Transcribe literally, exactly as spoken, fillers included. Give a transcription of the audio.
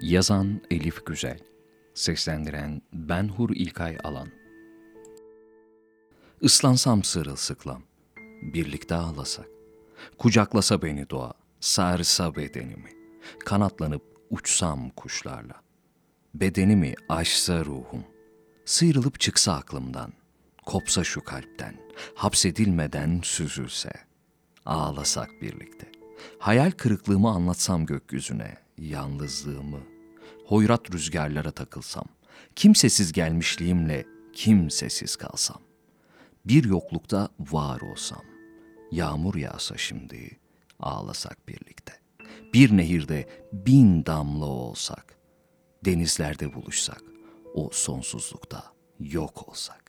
Yazan Elif Güzel, seslendiren Benhur İlkay Alan. Islansam sırılsıklam, birlikte ağlasak, kucaklasa beni doğa, sarsa bedenimi, kanatlanıp uçsam kuşlarla, bedenimi aşsa ruhum, sıyrılıp çıksa aklımdan, kopsa şu kalpten, hapsedilmeden süzülse, ağlasak birlikte, hayal kırıklığımı anlatsam gökyüzüne, yalnızlığımı, hoyrat rüzgarlara takılsam, kimsesiz gelmişliğimle kimsesiz kalsam, bir yoklukta var olsam, yağmur yağsa şimdi ağlasak birlikte, bir nehirde bin damla olsak, denizlerde buluşsak, o sonsuzlukta yok olsak.